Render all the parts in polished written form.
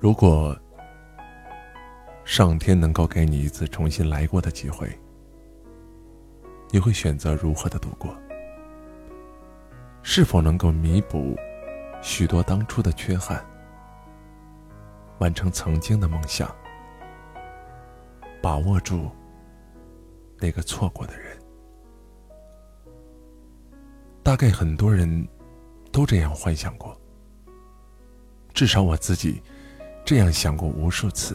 如果上天能够给你一次重新来过的机会，你会选择如何的度过？是否能够弥补许多当初的缺憾，完成曾经的梦想，把握住那个错过的人？大概很多人都这样幻想过，至少我自己这样想过无数次，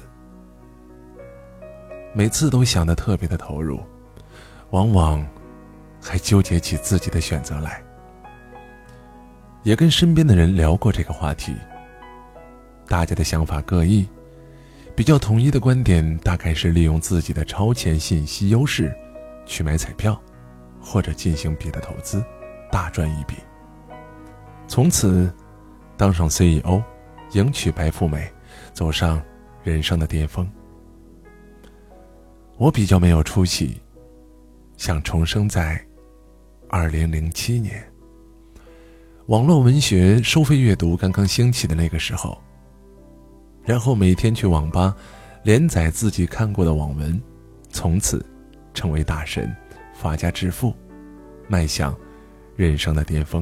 每次都想得特别的投入，往往还纠结起自己的选择来。也跟身边的人聊过这个话题，大家的想法各异，比较统一的观点大概是利用自己的超前信息优势去买彩票，或者进行别的投资，大赚一笔，从此当上 CEO， 迎娶白富美，走上人生的巅峰。我比较没有出息，想重生在2007年，网络文学收费阅读刚刚兴起的那个时候，然后每天去网吧连载自己看过的网文，从此成为大神，发家致富，迈向人生的巅峰。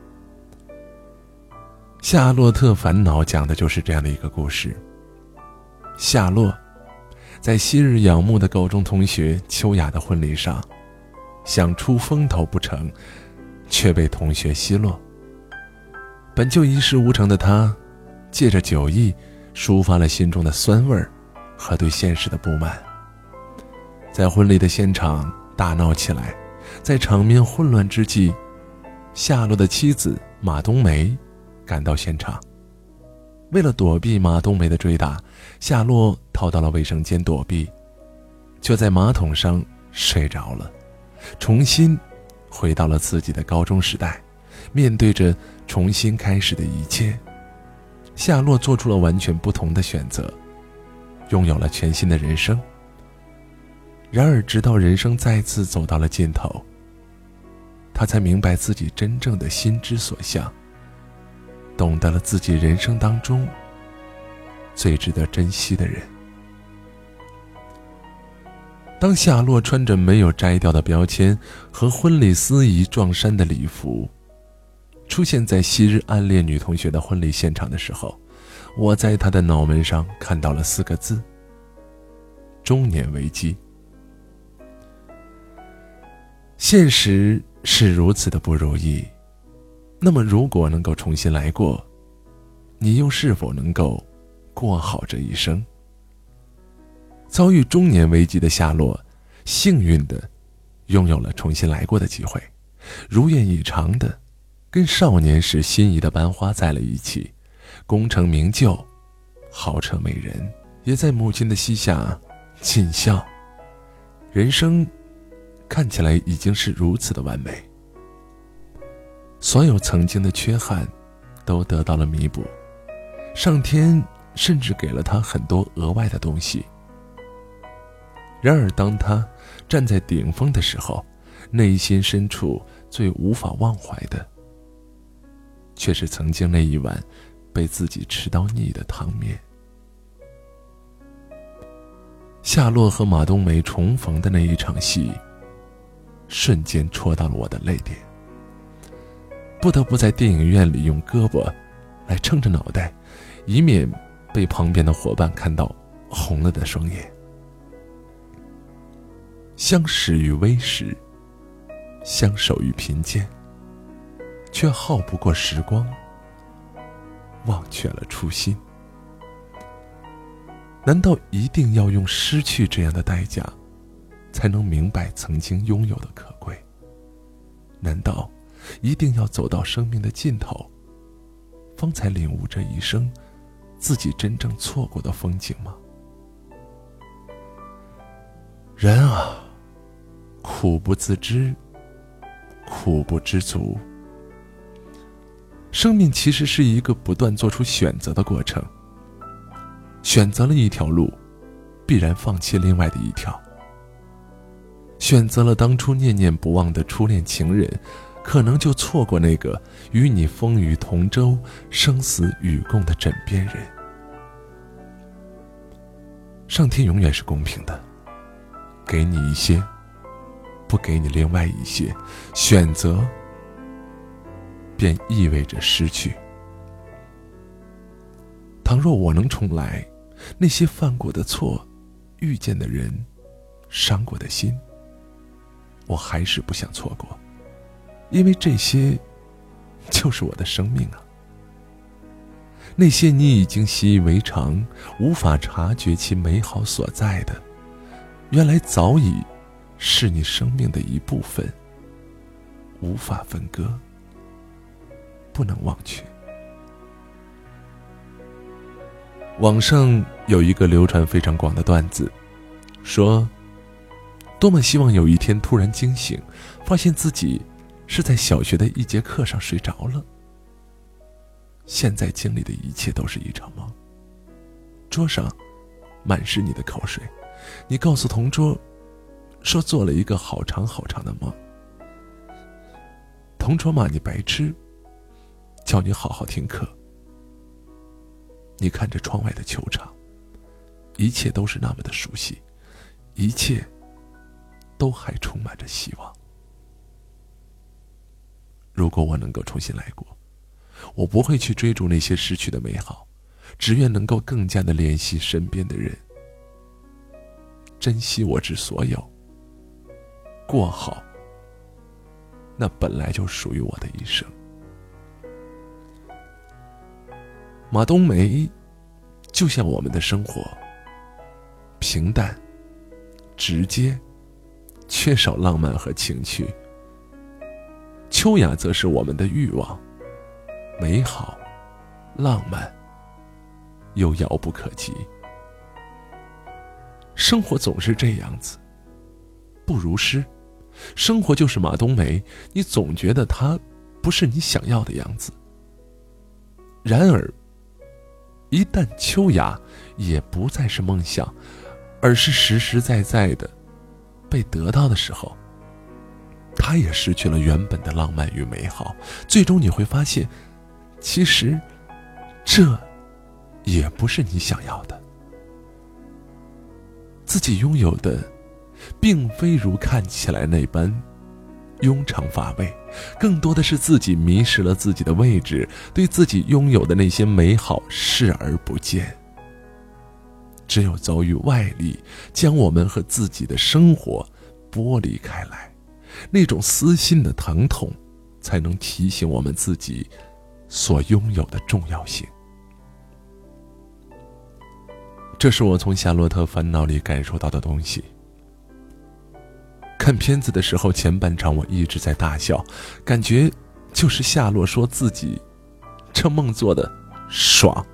夏洛特烦恼讲的就是这样的一个故事。夏洛在昔日仰慕的高中同学秋雅的婚礼上，想出风头不成，却被同学奚落。本就一事无成的他，借着酒意抒发了心中的酸味和对现实的不满。在婚礼的现场大闹起来，在场面混乱之际，夏洛的妻子马冬梅赶到现场。为了躲避马冬梅的追打，夏洛逃到了卫生间躲避，却在马桶上睡着了，重新回到了自己的高中时代，面对着重新开始的一切。夏洛做出了完全不同的选择，拥有了全新的人生。然而直到人生再次走到了尽头，他才明白自己真正的心之所向，懂得了自己人生当中最值得珍惜的人。当夏洛穿着没有摘掉的标签和婚礼司仪撞衫的礼服出现在昔日暗恋女同学的婚礼现场的时候，我在他的脑门上看到了4个字：中年危机。现实是如此的不如意，那么如果能够重新来过，你又是否能够过好这一生？遭遇中年危机的夏洛幸运地拥有了重新来过的机会，如愿以偿地跟少年时心仪的班花在了一起，功成名就，豪车美人，也在母亲的膝下尽孝。人生看起来已经是如此的完美，所有曾经的缺憾都得到了弥补，上天甚至给了他很多额外的东西。然而当他站在顶峰的时候，内心深处最无法忘怀的，却是曾经那一碗被自己吃到腻的汤面。夏洛和马冬梅重逢的那一场戏，瞬间戳到了我的泪点，不得不在电影院里用胳膊来撑着脑袋，以免被旁边的伙伴看到红了的双眼。相识于微时，相守于贫贱，却耗不过时光，忘却了初心。难道一定要用失去这样的代价，才能明白曾经拥有的可贵？难道一定要走到生命的尽头，方才领悟这一生自己真正错过的风景吗？人啊，苦不自知，苦不知足。生命其实是一个不断做出选择的过程，选择了一条路，必然放弃另外的一条。选择了当初念念不忘的初恋情人，可能就错过那个与你风雨同舟、生死与共的枕边人。 上天永远是公平的，给你一些，不给你另外一些，选择便意味着失去。倘若我能重来，那些犯过的错，遇见的人，伤过的心，我还是不想错过，因为这些就是我的生命啊。那些你已经习以为常，无法察觉其美好所在的，原来早已是你生命的一部分，无法分割，不能忘却。网上有一个流传非常广的段子，说多么希望有一天突然惊醒，发现自己是在小学的一节课上睡着了。现在经历的一切都是一场梦，桌上满是你的口水，你告诉同桌说做了一个好长好长的梦，同桌骂你白痴，叫你好好听课。你看着窗外的球场，一切都是那么的熟悉，一切都还充满着希望。如果我能够重新来过，我不会去追逐那些失去的美好，只愿能够更加的怜惜身边的人，珍惜我之所有，过好那本来就属于我的一生。马冬梅就像我们的生活，平淡、直接，缺少浪漫和情趣。秋雅则是我们的欲望，美好、浪漫，又遥不可及。生活总是这样子，不如诗。生活就是马冬梅，你总觉得它不是你想要的样子。然而一旦秋雅也不再是梦想，而是实实在在的被得到的时候，它也失去了原本的浪漫与美好。最终你会发现，其实这也不是你想要的。自己拥有的并非如看起来那般庸常乏味，更多的是自己迷失了自己的位置，对自己拥有的那些美好视而不见。只有遭遇外力将我们和自己的生活剥离开来，那种撕心的疼痛才能提醒我们自己所拥有的重要性。这是我从《夏洛特烦恼》里感受到的东西。看片子的时候，前半场我一直在大笑，感觉就是夏洛说自己这梦做的爽。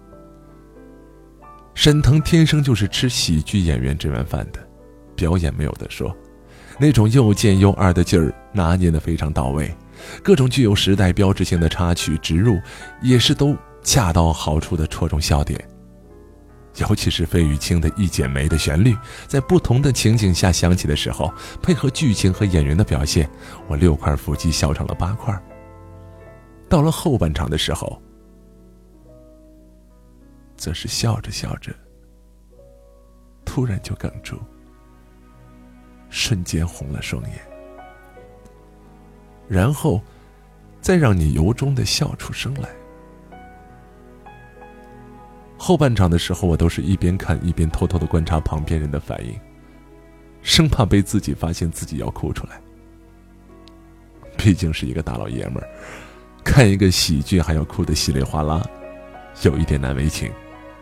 沈腾天生就是吃喜剧演员这碗饭的，表演没有得说，那种又贱又二的劲儿拿捏得非常到位，各种具有时代标志性的插曲植入也是都恰到好处的戳中笑点。尤其是费玉清的《一剪梅》的旋律，在不同的情景下响起的时候，配合剧情和演员的表现，我6块腹肌笑成了8块。到了后半场的时候，则是笑着笑着，突然就哽住，瞬间红了双眼，然后再让你由衷的笑出声来。后半场的时候，我都是一边看一边偷偷的观察旁边人的反应，生怕被自己发现自己要哭出来。毕竟是一个大老爷们儿，看一个喜剧还要哭得稀里哗啦，有一点难为情。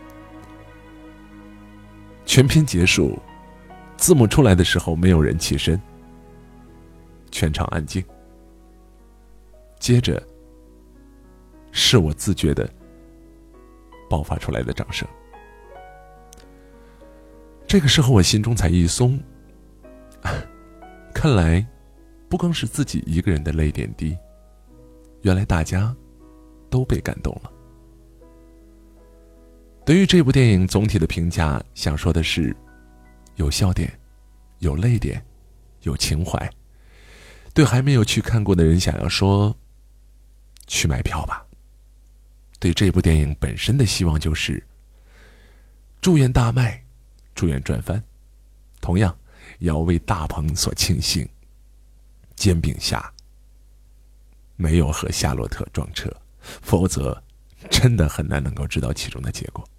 全片结束，字幕出来的时候，没有人起身，全场安静。接着是我自觉的爆发出来的掌声。这个时候我心中才一松，看来不光是自己一个人的泪点低，原来大家都被感动了。对于这部电影总体的评价，想说的是有笑点，有泪点，有情怀。对还没有去看过的人想要说，去买票吧。对这部电影本身的希望就是祝愿大卖， 祝愿赚翻。同样也要为大鹏所庆幸，煎饼侠没有和夏洛特撞车，否则真的很难能够知道其中的结果。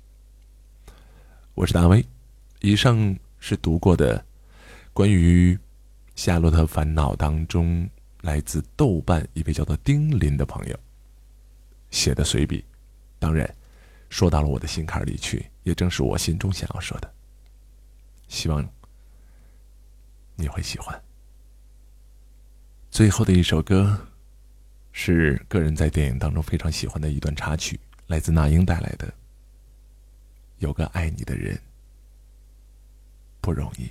我是大威，以上是读过的关于《夏洛特烦恼》当中来自豆瓣一位叫做丁林的朋友写的随笔，当然说到了我的心坎里去，也正是我心中想要说的，希望你会喜欢。最后的一首歌是个人在电影当中非常喜欢的一段插曲，来自那英带来的《有个爱你的人不容易》。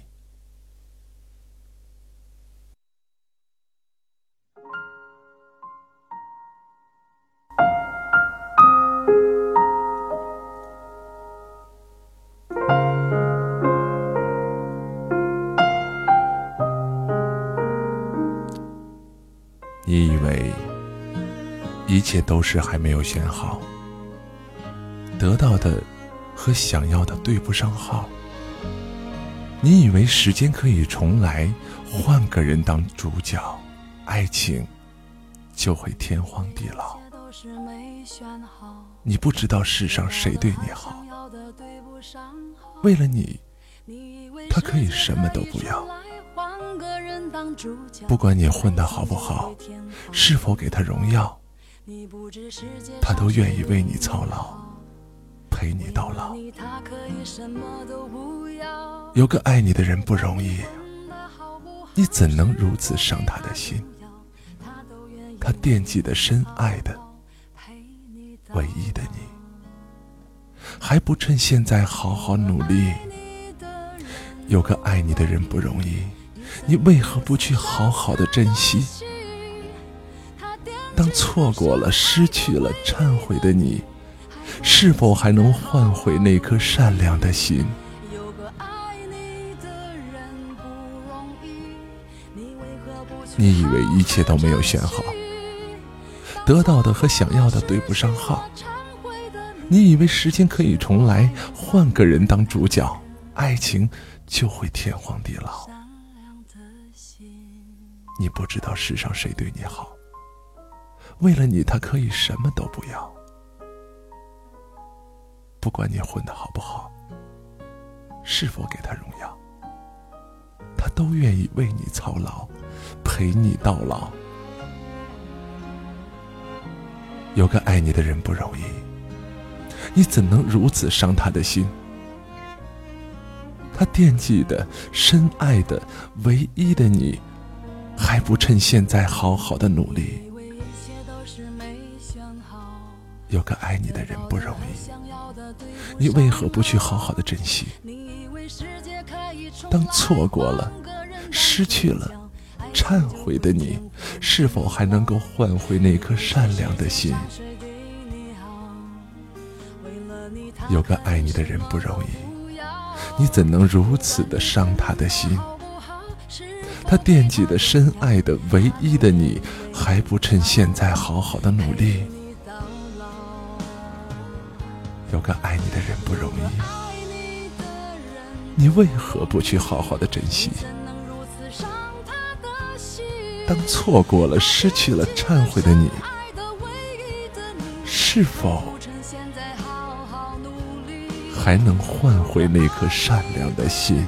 你以为一切都是还没有选好，得到的和想要的对不上号。你以为时间可以重来，换个人当主角，爱情就会天荒地老。你不知道世上谁对你好，为了你，他可以什么都不要。不管你混得好不好，是否给他荣耀，他都愿意为你操劳，陪你到老。有个爱你的人不容易，你怎能如此伤他的心？他惦记的深爱的唯一的你，还不趁现在好好努力。有个爱你的人不容易，你为何不去好好的珍惜？当错过了，失去了，忏悔的你，是否还能换回那颗善良的心？你以为一切都没有选好，得到的和想要的对不上号。你以为时间可以重来，换个人当主角，爱情就会天荒地老。你不知道世上谁对你好，为了你他可以什么都不要。不管你混得好不好，是否给他荣耀，他都愿意为你操劳，陪你到老。有个爱你的人不容易，你怎能如此伤他的心？他惦记的、深爱的、唯一的你，还不趁现在好好的努力。有个爱你的人不容易，你为何不去好好的珍惜？当错过了，失去了，忏悔的你，是否还能够换回那颗善良的心？有个爱你的人不容易，你怎能如此的伤他的心？他惦记的、深爱的、唯一的你，还不趁现在好好的努力。有个爱你的人不容易，你为何不去好好的珍惜？当错过了、失去了、忏悔的你，是否还能换回那颗善良的心？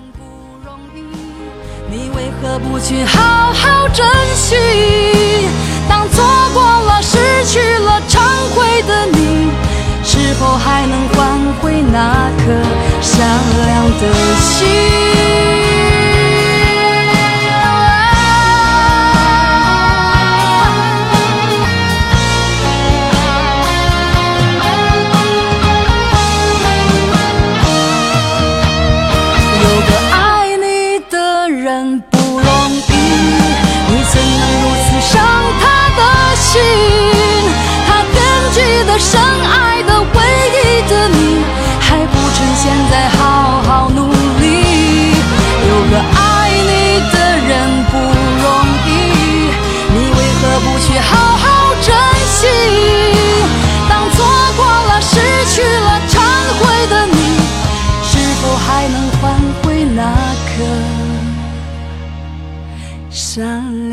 你为何不去好好珍惜？当错过了、失去了、忏悔的你，是否还能换回那颗善良的心？深爱的唯一的你，还不趁现在好好努力。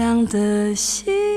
亮的心。